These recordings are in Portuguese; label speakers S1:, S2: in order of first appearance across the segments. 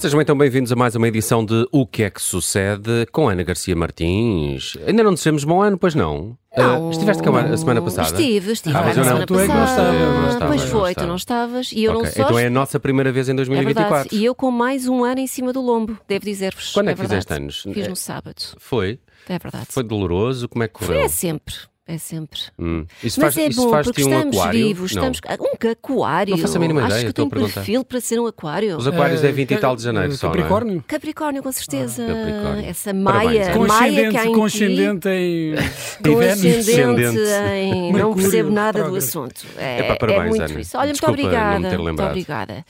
S1: Sejam então bem-vindos a mais uma edição de O que é que sucede com Ana Garcia Martins. Ainda não dissemos bom ano, pois não?
S2: Não,
S1: estiveste cá a semana passada?
S2: Estive
S1: mas
S2: a
S1: eu não.
S2: semana
S3: Tu é que não
S2: passada.
S3: estavas.
S2: Pois foi, tu não estavas e eu
S1: Ok,
S2: não sou.
S1: então é a nossa primeira vez em
S2: É
S1: 2024.
S2: verdade. E eu com mais um ano em cima do lombo, devo dizer-vos.
S1: Quando é que
S2: verdade.
S1: fizeste anos?
S2: Fiz no sábado.
S1: Foi?
S2: É verdade.
S1: Foi doloroso? Como é que correu?
S2: É sempre. É sempre.
S1: Isso
S2: Mas
S1: faz,
S2: é
S1: isso
S2: bom,
S1: faz-te
S2: porque
S1: um
S2: estamos
S1: aquário?
S2: vivos.
S1: Não.
S2: Um aquário.
S1: Não faço a mínima ideia,
S2: Acho que
S1: estou a
S2: tenho
S1: perguntar.
S2: perfil para ser um aquário.
S1: Os aquários é 20 e tal de janeiro só, não é?
S3: Capricórnio?
S2: Capricórnio, com certeza.
S1: Capricórnio.
S2: Essa
S1: Parabéns,
S2: maia,
S1: Ana.
S2: maia que há em
S3: Com
S2: ti.
S3: ascendente em
S2: Com
S3: Vênus.
S2: ascendente em não
S3: Mercúrio,
S2: percebo nada do
S3: retrógrado.
S2: assunto.
S1: Epá, parabéns,
S2: é muito
S1: Ana.
S2: isso. Olha,
S1: Desculpa
S2: muito obrigada.
S1: não me ter
S2: Muito
S1: lembrado.
S2: obrigada.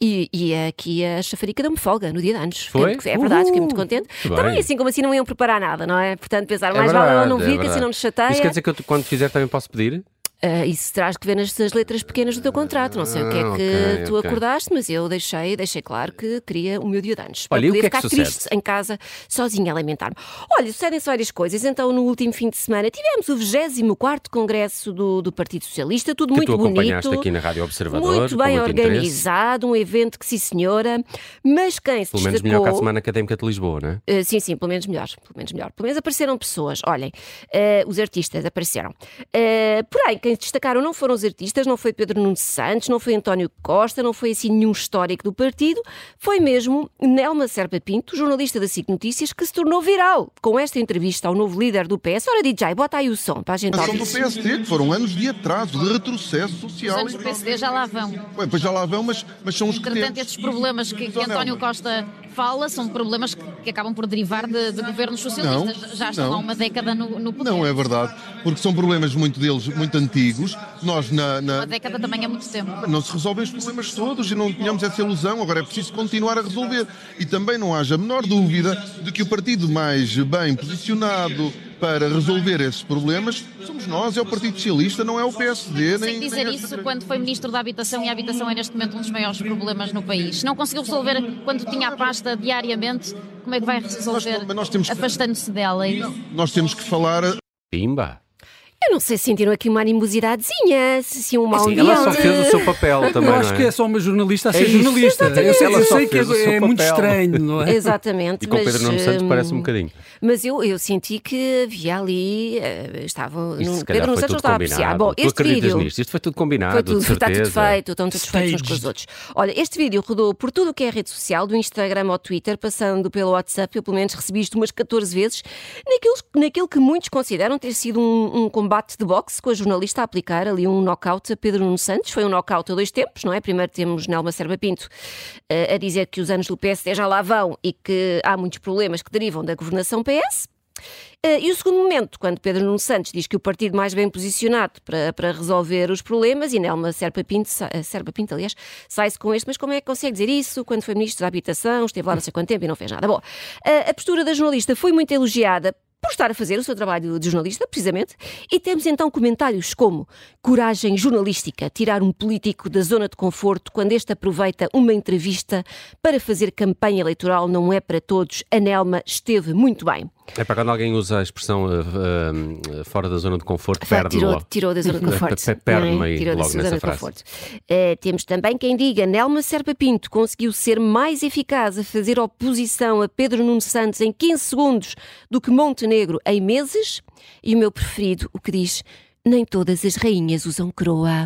S2: E aqui a chafarica deu-me folga no dia de anos.
S1: Foi?
S2: É verdade, fiquei muito contente.
S1: Muito
S2: Também
S1: bem.
S2: assim como assim não iam preparar nada, não é? Portanto, pensar,
S1: É
S2: mais vale
S1: verdade,
S2: eu não
S1: é
S2: vir, que assim
S1: verdade.
S2: não nos chateia.
S1: Isso quer dizer que eu, quando fizer também posso pedir?
S2: Isso terás que ver nas letras pequenas do teu contrato. Não sei o que é que
S1: ok,
S2: tu
S1: ok.
S2: acordaste, mas eu deixei claro que queria o meu dia de anos.
S1: Olha,
S2: Para
S1: e o
S2: poder
S1: que é que
S2: ficar
S1: sucede?
S2: triste em casa, sozinha a lamentar-me. Olha, sucedem-se várias coisas. Então, no último fim de semana, tivemos o 24º Congresso do Partido Socialista, tudo
S1: Que
S2: muito
S1: tu acompanhaste
S2: bonito.
S1: aqui na Rádio Observador.
S2: Muito
S1: com
S2: bem
S1: muito interesse.
S2: organizado, um evento que, sim senhora, mas quem se
S1: Pelo menos
S2: destacou...
S1: melhor que a Semana Académica de Lisboa, não é?
S2: Sim, pelo menos melhor. Pelo menos apareceram pessoas. Olhem, os artistas apareceram. Porém, quem se destacaram não foram os artistas, não foi Pedro Nuno Santos, não foi António Costa, não foi assim nenhum histórico do partido, foi mesmo Nelma Serpa Pinto, jornalista da SIC Notícias, que se tornou viral com esta entrevista ao novo líder do PS. Ora, DJ, bota aí o som para a gente
S4: Mas são
S2: ouvir.
S4: do PSD, que foram anos de atraso, de retrocesso
S5: Os
S4: social.
S5: anos do PSD já lá vão.
S4: Bem, pois já lá vão, mas são os que
S5: Entretanto,
S4: temos.
S5: estes problemas que António Costa fala são problemas que acabam por derivar de governos socialistas. Já estão há uma década no poder.
S4: Não é verdade, porque são problemas muito deles, muito antigos. Nós
S5: Uma década também é muito tempo.
S4: não se resolvem os problemas todos e não tínhamos essa ilusão. Agora é preciso continuar a resolver. E também não haja a menor dúvida de que o partido mais bem posicionado para resolver esses problemas somos nós, é o Partido Socialista, não é o PSD.
S5: Sem dizer isso quando foi Ministro da Habitação, e a habitação é neste momento um dos maiores problemas no país. Se não conseguiu resolver quando tinha a pasta diariamente, como é que vai resolver
S4: Mas nós temos que-
S5: afastando-se dela?
S4: Nós temos que falar.
S1: Pimba!
S2: Eu não sei se sentiram aqui uma animosidadezinha, se um mau
S1: Sim, ela só
S2: ambiente.
S1: fez o seu papel também,
S3: Eu acho
S1: não
S3: que
S1: é?
S3: é só uma jornalista a ser
S1: isso,
S3: jornalista.
S1: exatamente. Ela
S3: Eu
S1: só
S3: sei que
S1: fez o seu
S3: é muito
S1: papel.
S3: estranho, não é?
S2: Exatamente.
S1: E com Pedro Nuno Santos parece um bocadinho.
S2: Mas eu senti que havia ali, estavam,
S1: Isto se calhar
S2: Pedro Nuno
S1: foi
S2: Santos não
S1: tudo
S2: estava a apreciar.
S1: combinado.
S2: Bom,
S1: Tu
S2: este
S1: acreditas
S2: vídeo
S1: nisto? Isto foi tudo combinado,
S2: foi tudo,
S1: de
S2: está tudo
S1: certeza.
S2: feito, estão todos feitos uns com os outros. Olha, este vídeo rodou por tudo o que é rede social, do Instagram ao Twitter, passando pelo WhatsApp. Eu pelo menos recebi isto umas 14 vezes, naquilo que muitos consideram ter sido um combate de boxe, com a jornalista a aplicar ali um knockout a Pedro Nuno Santos. Foi um knockout a dois tempos, não é? Primeiro temos Nelma Serpa Pinto a dizer que os anos do PSD já lá vão e que há muitos problemas que derivam da governação PS. E o segundo momento, quando Pedro Nuno Santos diz que o partido mais bem posicionado para resolver os problemas, e Nelma Serpa Pinto, aliás, sai-se com este, mas como é que consegue dizer isso quando foi Ministro da Habitação, esteve lá não sei quanto tempo e não fez nada? Bom, a postura da jornalista foi muito elogiada por estar a fazer o seu trabalho de jornalista, precisamente, e temos então comentários como: coragem jornalística, tirar um político da zona de conforto quando este aproveita uma entrevista para fazer campanha eleitoral não é para todos, a Nelma esteve muito bem.
S1: É para quando alguém usa a expressão fora da zona de conforto, perde-me.
S2: Tirou da zona de conforto.
S1: Perde-me
S2: não é?
S1: aí
S2: Tirou da
S1: logo
S2: zona
S1: nessa
S2: de
S1: frase.
S2: conforto. Temos também quem diga: Nelma Serpa Pinto conseguiu ser mais eficaz a fazer oposição a Pedro Nuno Santos em 15 segundos do que Montenegro em meses. E o meu preferido, o que diz: nem todas as rainhas usam coroa.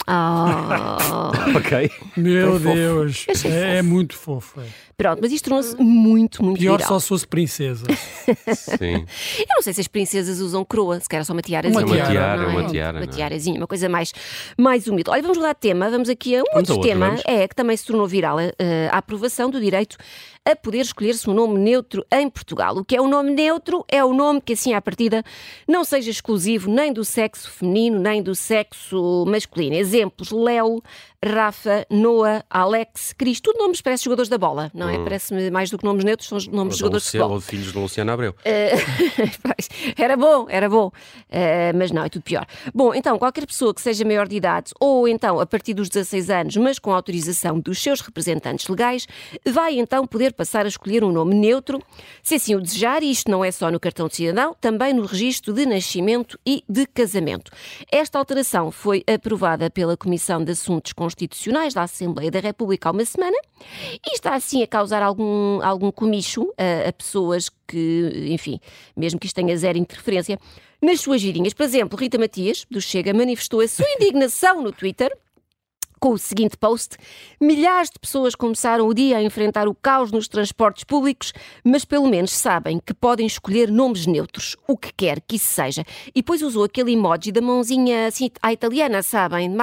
S1: Ok.
S3: Meu
S2: Foi fofo.
S3: Deus,
S2: Achei
S3: é
S2: fofo.
S3: muito fofo. É.
S2: Pronto, mas isto tornou-se muito, muito
S3: Pior
S2: viral.
S3: só se fosse princesa.
S1: Sim.
S2: Eu não sei se as princesas usam coroa, se calhar só uma tiarazinha.
S3: Uma
S1: tiara,
S2: não é?
S1: uma tiara,
S2: Uma
S1: não é?
S2: tiarazinha, uma coisa mais humilde. Olha, vamos mudar de tema, vamos aqui a
S1: Vamos a outro,
S2: tema,
S1: vamos.
S2: que também se tornou viral, a aprovação do direito a poder escolher-se um nome neutro em Portugal. O que é um nome neutro? É o nome que, assim à partida, não seja exclusivo nem do sexo feminino, nem do sexo masculino. Exemplos: Léo, Rafa, Noah, Alex, Cris, tudo nomes que parecem jogadores da bola, não é? Parece-me mais do que nomes neutros, são os nomes de jogadores de futebol.
S1: Ou de filhos de Luciano Abreu.
S2: Pois, era bom, mas não, é tudo pior. Bom, então, qualquer pessoa que seja maior de idade ou então a partir dos 16 anos, mas com autorização dos seus representantes legais, vai então poder poder passar a escolher um nome neutro, se assim o desejar, e isto não é só no cartão de cidadão, também no registro de nascimento e de casamento. Esta alteração foi aprovada pela Comissão de Assuntos Constitucionais da Assembleia da República há uma semana e está assim a causar algum comicho a pessoas que, enfim, mesmo que isto tenha zero interferência, nas suas vidinhas. Por exemplo, Rita Matias, do Chega, manifestou a sua indignação no Twitter com o seguinte post: milhares de pessoas começaram o dia a enfrentar o caos nos transportes públicos, mas pelo menos sabem que podem escolher nomes neutros, o que quer que isso seja. E depois usou aquele emoji da mãozinha assim à italiana, sabem?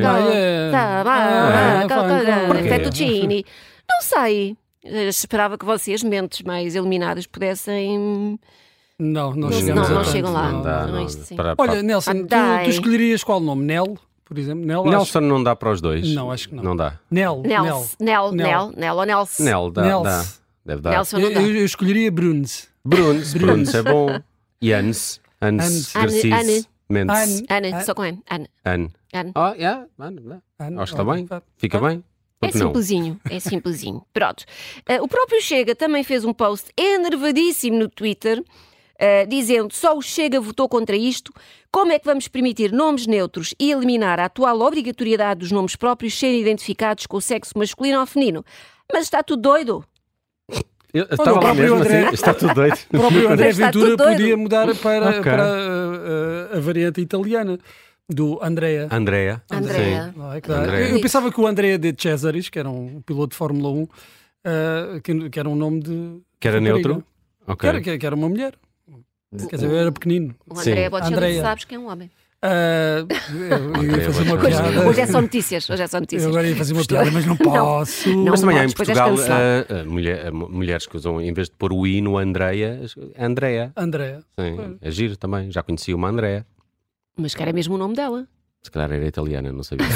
S2: Fettuccine. Não sei. Esperava que vocês, mentes mais iluminadas, pudessem...
S3: Não
S2: Não chegam lá.
S1: Não dá, não.
S3: Olha, Nelson, tu escolherias qual nome? Nel, por exemplo?
S1: Nelson não dá para os dois.
S3: Não, acho que não.
S1: Não dá.
S2: Nel ou Nelson?
S1: Nel dá. Deve dar.
S2: Nelson não dá.
S3: Eu escolheria Bruns.
S1: Bruns é bom. Jans. Hans. Garcês. Mendes.
S2: Ana, só com N.
S1: Anne. Oh, yeah. Acho que está bem. Fica bem.
S2: É simplesinho. Pronto. O próprio Chega também fez um post enervadíssimo no Twitter, dizendo: só o Chega votou contra isto. Como é que vamos permitir nomes neutros e eliminar a atual obrigatoriedade dos nomes próprios serem identificados com o sexo masculino ou feminino? Mas está tudo doido.
S1: Eu estava lá mesmo
S3: André,
S1: assim, está tudo doido.
S3: O próprio André
S2: Está
S3: Ventura
S2: tudo doido.
S3: podia mudar para a variante italiana do Andrea.
S1: Andrea.
S3: Não é que dá?
S1: Andrea.
S3: Eu pensava que o Andrea de Cesaris, que era um piloto de Fórmula 1, que era um nome de...
S1: Que era neutro? Ok.
S3: Que era uma mulher. Quer dizer, eu era pequenino.
S2: O André Bocelli,
S3: Andrea.
S2: sabes que é um homem.
S3: Eu ia fazer uma piada.
S2: Hoje é só notícias.
S3: Eu agora ia fazer uma piada, mas não posso.
S2: Não.
S1: Mas também há em
S2: depois és
S1: Portugal
S2: cancelado.
S1: mulheres que usam, em vez de pôr o I no Andrea.
S3: Andrea.
S1: Sim, é giro também. Já conheci uma Andrea.
S2: Mas que era mesmo o nome dela.
S1: Se calhar era italiana, não sabia.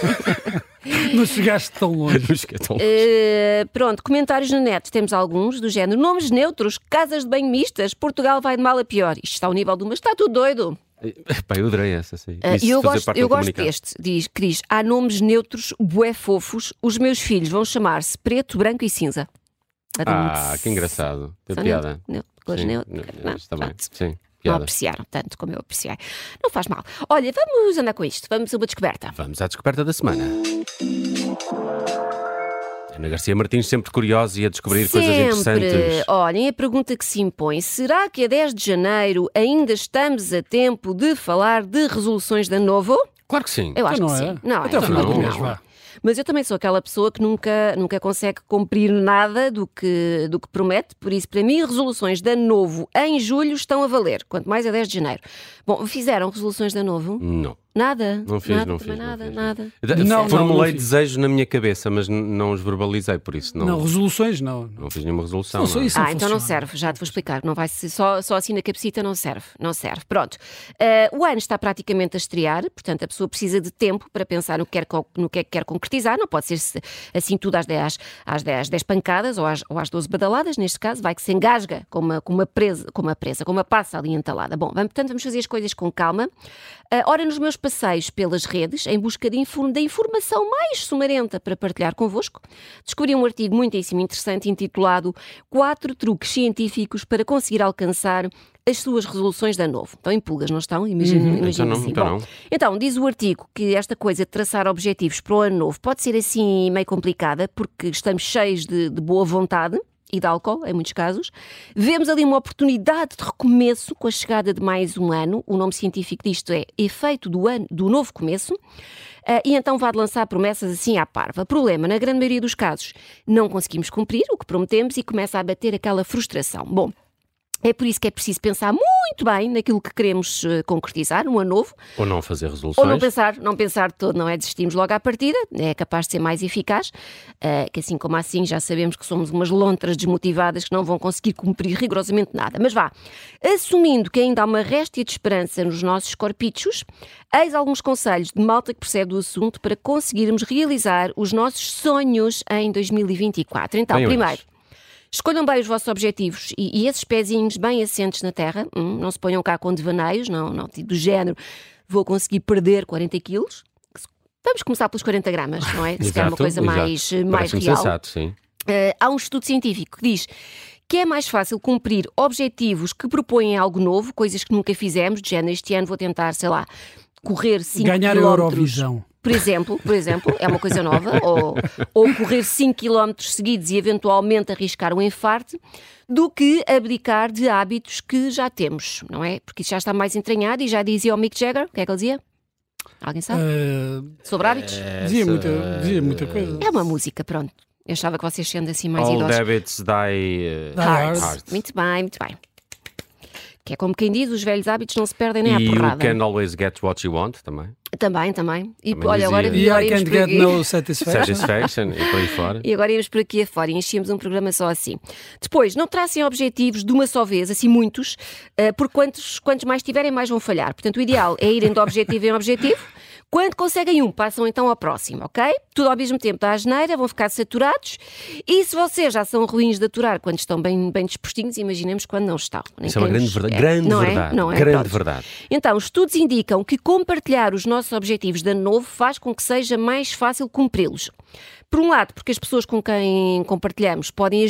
S3: Não chegaste tão longe.
S1: Não cheguei tão longe.
S2: Pronto, comentários na net. Temos alguns do género: nomes neutros, casas de banho mistas, Portugal vai de mal a pior. Isto está ao nível do mas está tudo doido.
S1: Pá, eu adorei essa, sim.
S2: E eu gosto deste. Diz: Cris, há nomes neutros bué fofos. Os meus filhos vão chamar-se preto, branco e cinza.
S1: Que engraçado. Tem piada.
S2: Cores neutras.
S1: Está bem, sim.
S2: Não apreciaram tanto como eu apreciei. Não faz mal. Olha, vamos andar com isto. Vamos a uma descoberta.
S1: Vamos à descoberta da semana. Ana Garcia Martins, sempre curiosa e a descobrir coisas interessantes.
S2: Olhem, a pergunta que se impõe: será que a 10 de janeiro ainda estamos a tempo de falar de resoluções de ano novo?
S1: Claro que sim.
S2: Eu acho
S3: Então
S2: que
S3: não é?
S2: sim. Não,
S3: Até ao final do
S2: não.
S3: mês, vá.
S2: Mas eu também sou aquela pessoa que nunca consegue cumprir nada do que promete, por isso, para mim, resoluções de ano novo em julho estão a valer, quanto mais a 10 de janeiro. Bom, fizeram resoluções de ano novo?
S1: Não.
S2: Nada?
S1: Não fiz.
S2: Nada.
S1: Formulei desejos na minha cabeça, mas não os verbalizei, por isso não.
S3: Não, resoluções não.
S1: Não fiz nenhuma resolução.
S3: Não, só isso.
S2: Então não serve, já te vou explicar. Não vai ser só assim na cabecita, não serve. Pronto. O ano está praticamente a estrear, portanto a pessoa precisa de tempo para pensar no que é que quer concretizar. Não pode ser assim tudo às 10 pancadas ou às 12 badaladas, neste caso, vai que se engasga com uma passa ali entalada. Bom, portanto vamos fazer as coisas com calma. Ora, nos meus passeios pelas redes, em busca da informação mais sumarenta para partilhar convosco, descobri um artigo muitíssimo interessante intitulado 4 truques científicos para conseguir alcançar as suas resoluções de ano novo. Estão em pulgas, não estão? Imagino assim. Então, diz o artigo que esta coisa de traçar objetivos para o ano novo pode ser assim meio complicada, porque estamos cheios de boa vontade e de álcool, em muitos casos. Vemos ali uma oportunidade de recomeço com a chegada de mais um ano. O nome científico disto é efeito do novo começo. E então vai lançar promessas assim à parva. Problema, na grande maioria dos casos, não conseguimos cumprir o que prometemos e começa a bater aquela frustração. Bom, é por isso que é preciso pensar muito bem naquilo que queremos concretizar no ano novo.
S1: Ou não fazer resoluções.
S2: Ou não pensar de todo, não é? Desistimos logo à partida, é capaz de ser mais eficaz, que assim como assim já sabemos que somos umas lontras desmotivadas que não vão conseguir cumprir rigorosamente nada. Mas vá, assumindo que ainda há uma réstia de esperança nos nossos corpichos, eis alguns conselhos de malta que percebe do assunto para conseguirmos realizar os nossos sonhos em 2024. Então, primeiro, escolham bem os vossos objetivos e esses pezinhos bem assentes na terra. Não se ponham cá com devaneios, não, do género, vou conseguir perder 40 quilos. Vamos começar pelos 40 gramas, não é? Se quer uma coisa mais real.
S1: Sensato, sim.
S2: Há um estudo científico que diz que é mais fácil cumprir objetivos que propõem algo novo, coisas que nunca fizemos, de género, este ano vou tentar, sei lá, correr 5
S3: Ganhar a
S2: quilómetros.
S3: Eurovisão.
S2: Por exemplo, é uma coisa nova, ou correr 5 km seguidos e eventualmente arriscar um infarto, do que abdicar de hábitos que já temos, não é? Porque isso já está mais entranhado e já dizia o Mick Jagger, o que é que ele dizia? Alguém sabe? Sobre hábitos?
S3: Dizia muita coisa.
S2: É uma música, pronto. Eu achava que vocês sendo assim mais
S1: All
S2: idosos.
S1: habits die
S2: Hard.
S1: hard.
S2: Muito bem, muito bem. Que é como quem diz, os velhos hábitos não se perdem nem à
S1: E you
S2: porrada.
S1: can always get what you want também.
S2: Também. E
S1: Também
S2: olha, agora,
S1: dizia.
S3: E
S2: agora
S3: I
S2: íamos
S3: can't
S2: por
S3: get
S2: aqui.
S3: no satisfaction.
S1: Satisfaction e por aí fora.
S2: E agora íamos por aqui afora e enchíamos um programa só assim. Depois, não tracem objetivos de uma só vez, assim muitos, porque quantos mais tiverem, mais vão falhar. Portanto, o ideal é irem de objetivo em objetivo. Quando conseguem um, passam então ao próximo, ok? Tudo ao mesmo tempo, dá asneira, vão ficar saturados. E se vocês já são ruins de aturar quando estão bem dispostinhos, imaginemos quando não estão.
S1: Isso é uma grande verdade. Grande
S2: não
S1: verdade.
S2: É? Não é?
S1: Grande
S2: Pronto.
S1: verdade.
S2: Então, estudos indicam que compartilhar os nossos objetivos de ano novo faz com que seja mais fácil cumpri-los. Por um lado, porque as pessoas com quem compartilhamos podem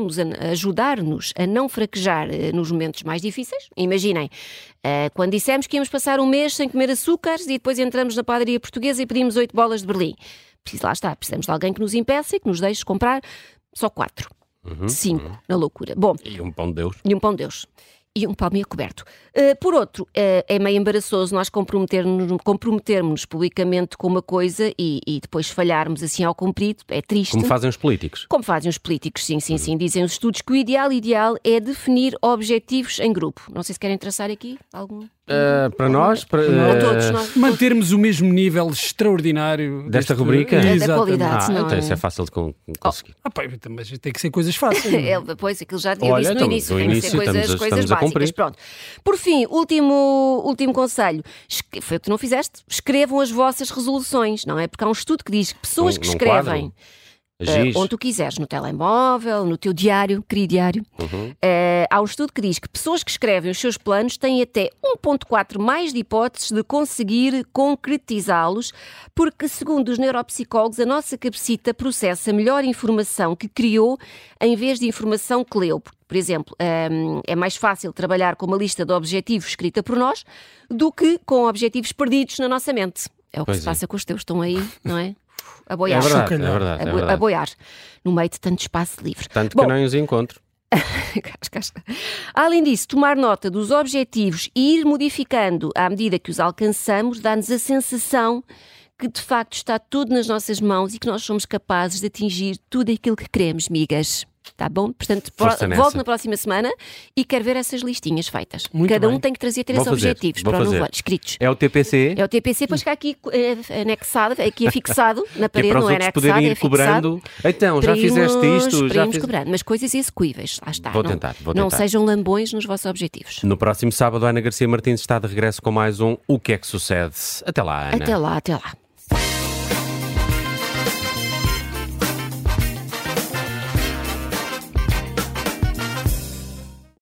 S2: ajudar-nos a não fraquejar nos momentos mais difíceis. Imaginem, quando dissemos que íamos passar um mês sem comer açúcares e depois entramos na padaria portuguesa e pedimos 8 bolas de Berlim. Lá está, precisamos de alguém que nos impeça e que nos deixe comprar só 4. 5, na loucura. Bom,
S1: E um pão de Deus.
S2: e um pão de Deus. E um palmeiro coberto. Por outro, é meio embaraçoso nós comprometermos-nos publicamente com uma coisa e depois falharmos assim ao comprido. É triste.
S1: Como fazem os políticos.
S2: Como fazem os políticos, sim. Dizem os estudos que o ideal é definir objetivos em grupo. Não sei se querem traçar aqui algum.
S1: Para nós, para
S2: Todos nós.
S3: Mantermos o mesmo nível extraordinário
S1: desta rubrica?
S2: Da
S3: Exatamente.
S2: qualidade. Não
S1: então
S2: é?
S1: isso é fácil de conseguir.
S3: Pá, mas tem que ser coisas fáceis.
S2: Depois aquilo já eu
S1: Olha,
S2: disse no
S1: então,
S2: início,
S1: do
S2: tem que
S1: início
S2: ser coisas
S1: estamos a
S2: básicas.
S1: cumprir.
S2: Pronto. Por fim, último conselho. Foi o que tu não fizeste. Escrevam as vossas resoluções, não é? Porque há um estudo que diz que pessoas que
S1: Num
S2: escrevem
S1: Giz.
S2: onde tu quiseres, no telemóvel, no teu diário, querido diário, há um estudo que diz que pessoas que escrevem os seus planos têm até 1,4 mais de hipóteses de conseguir concretizá-los, porque, segundo os neuropsicólogos, a nossa cabecita processa melhor informação que criou em vez de informação que leu. Por exemplo, é mais fácil trabalhar com uma lista de objetivos escrita por nós do que com objetivos perdidos na nossa mente. É o que
S1: Pois
S2: se
S1: é.
S2: passa com os teus, estão aí, não é? A
S1: É
S2: boiar.
S1: verdade,
S3: Chocalhar.
S1: é verdade. É
S2: A
S1: verdade.
S2: boiar, no meio de tanto espaço livre.
S1: Tanto
S2: Bom,
S1: que nem os encontro.
S2: Casca. Além disso, tomar nota dos objetivos e ir modificando à medida que os alcançamos dá-nos a sensação que de facto está tudo nas nossas mãos e que nós somos capazes de atingir tudo aquilo que queremos, migas. Tá bom? Portanto,
S1: Força
S2: volto
S1: nessa.
S2: na próxima semana e quero ver essas listinhas feitas.
S3: Muito
S2: Cada
S3: bem.
S2: um tem que trazer 3
S1: Vou fazer,
S2: objetivos
S1: vou
S2: para o
S1: fazer.
S2: novo ano, escritos.
S1: É o TPC.
S2: É o TPC, depois fica aqui anexado, aqui afixado na
S1: Que é
S2: parede,
S1: para os
S2: não é
S1: outros
S2: anexado,
S1: poderem
S2: é
S1: ir
S2: fixado.
S1: cobrando. Então, já
S2: Para
S1: fizeste
S2: irmos-
S1: isto?
S2: para
S1: Já
S2: irmos
S1: fiz...
S2: cobrando, mas coisas execuíveis. Lá está.
S1: Vou
S2: não,
S1: tentar.
S2: Não sejam lambões nos vossos objetivos.
S1: No próximo sábado, a Ana Garcia Martins está de regresso com mais um O que é que sucede? Até lá, Ana.
S2: Até lá, até lá.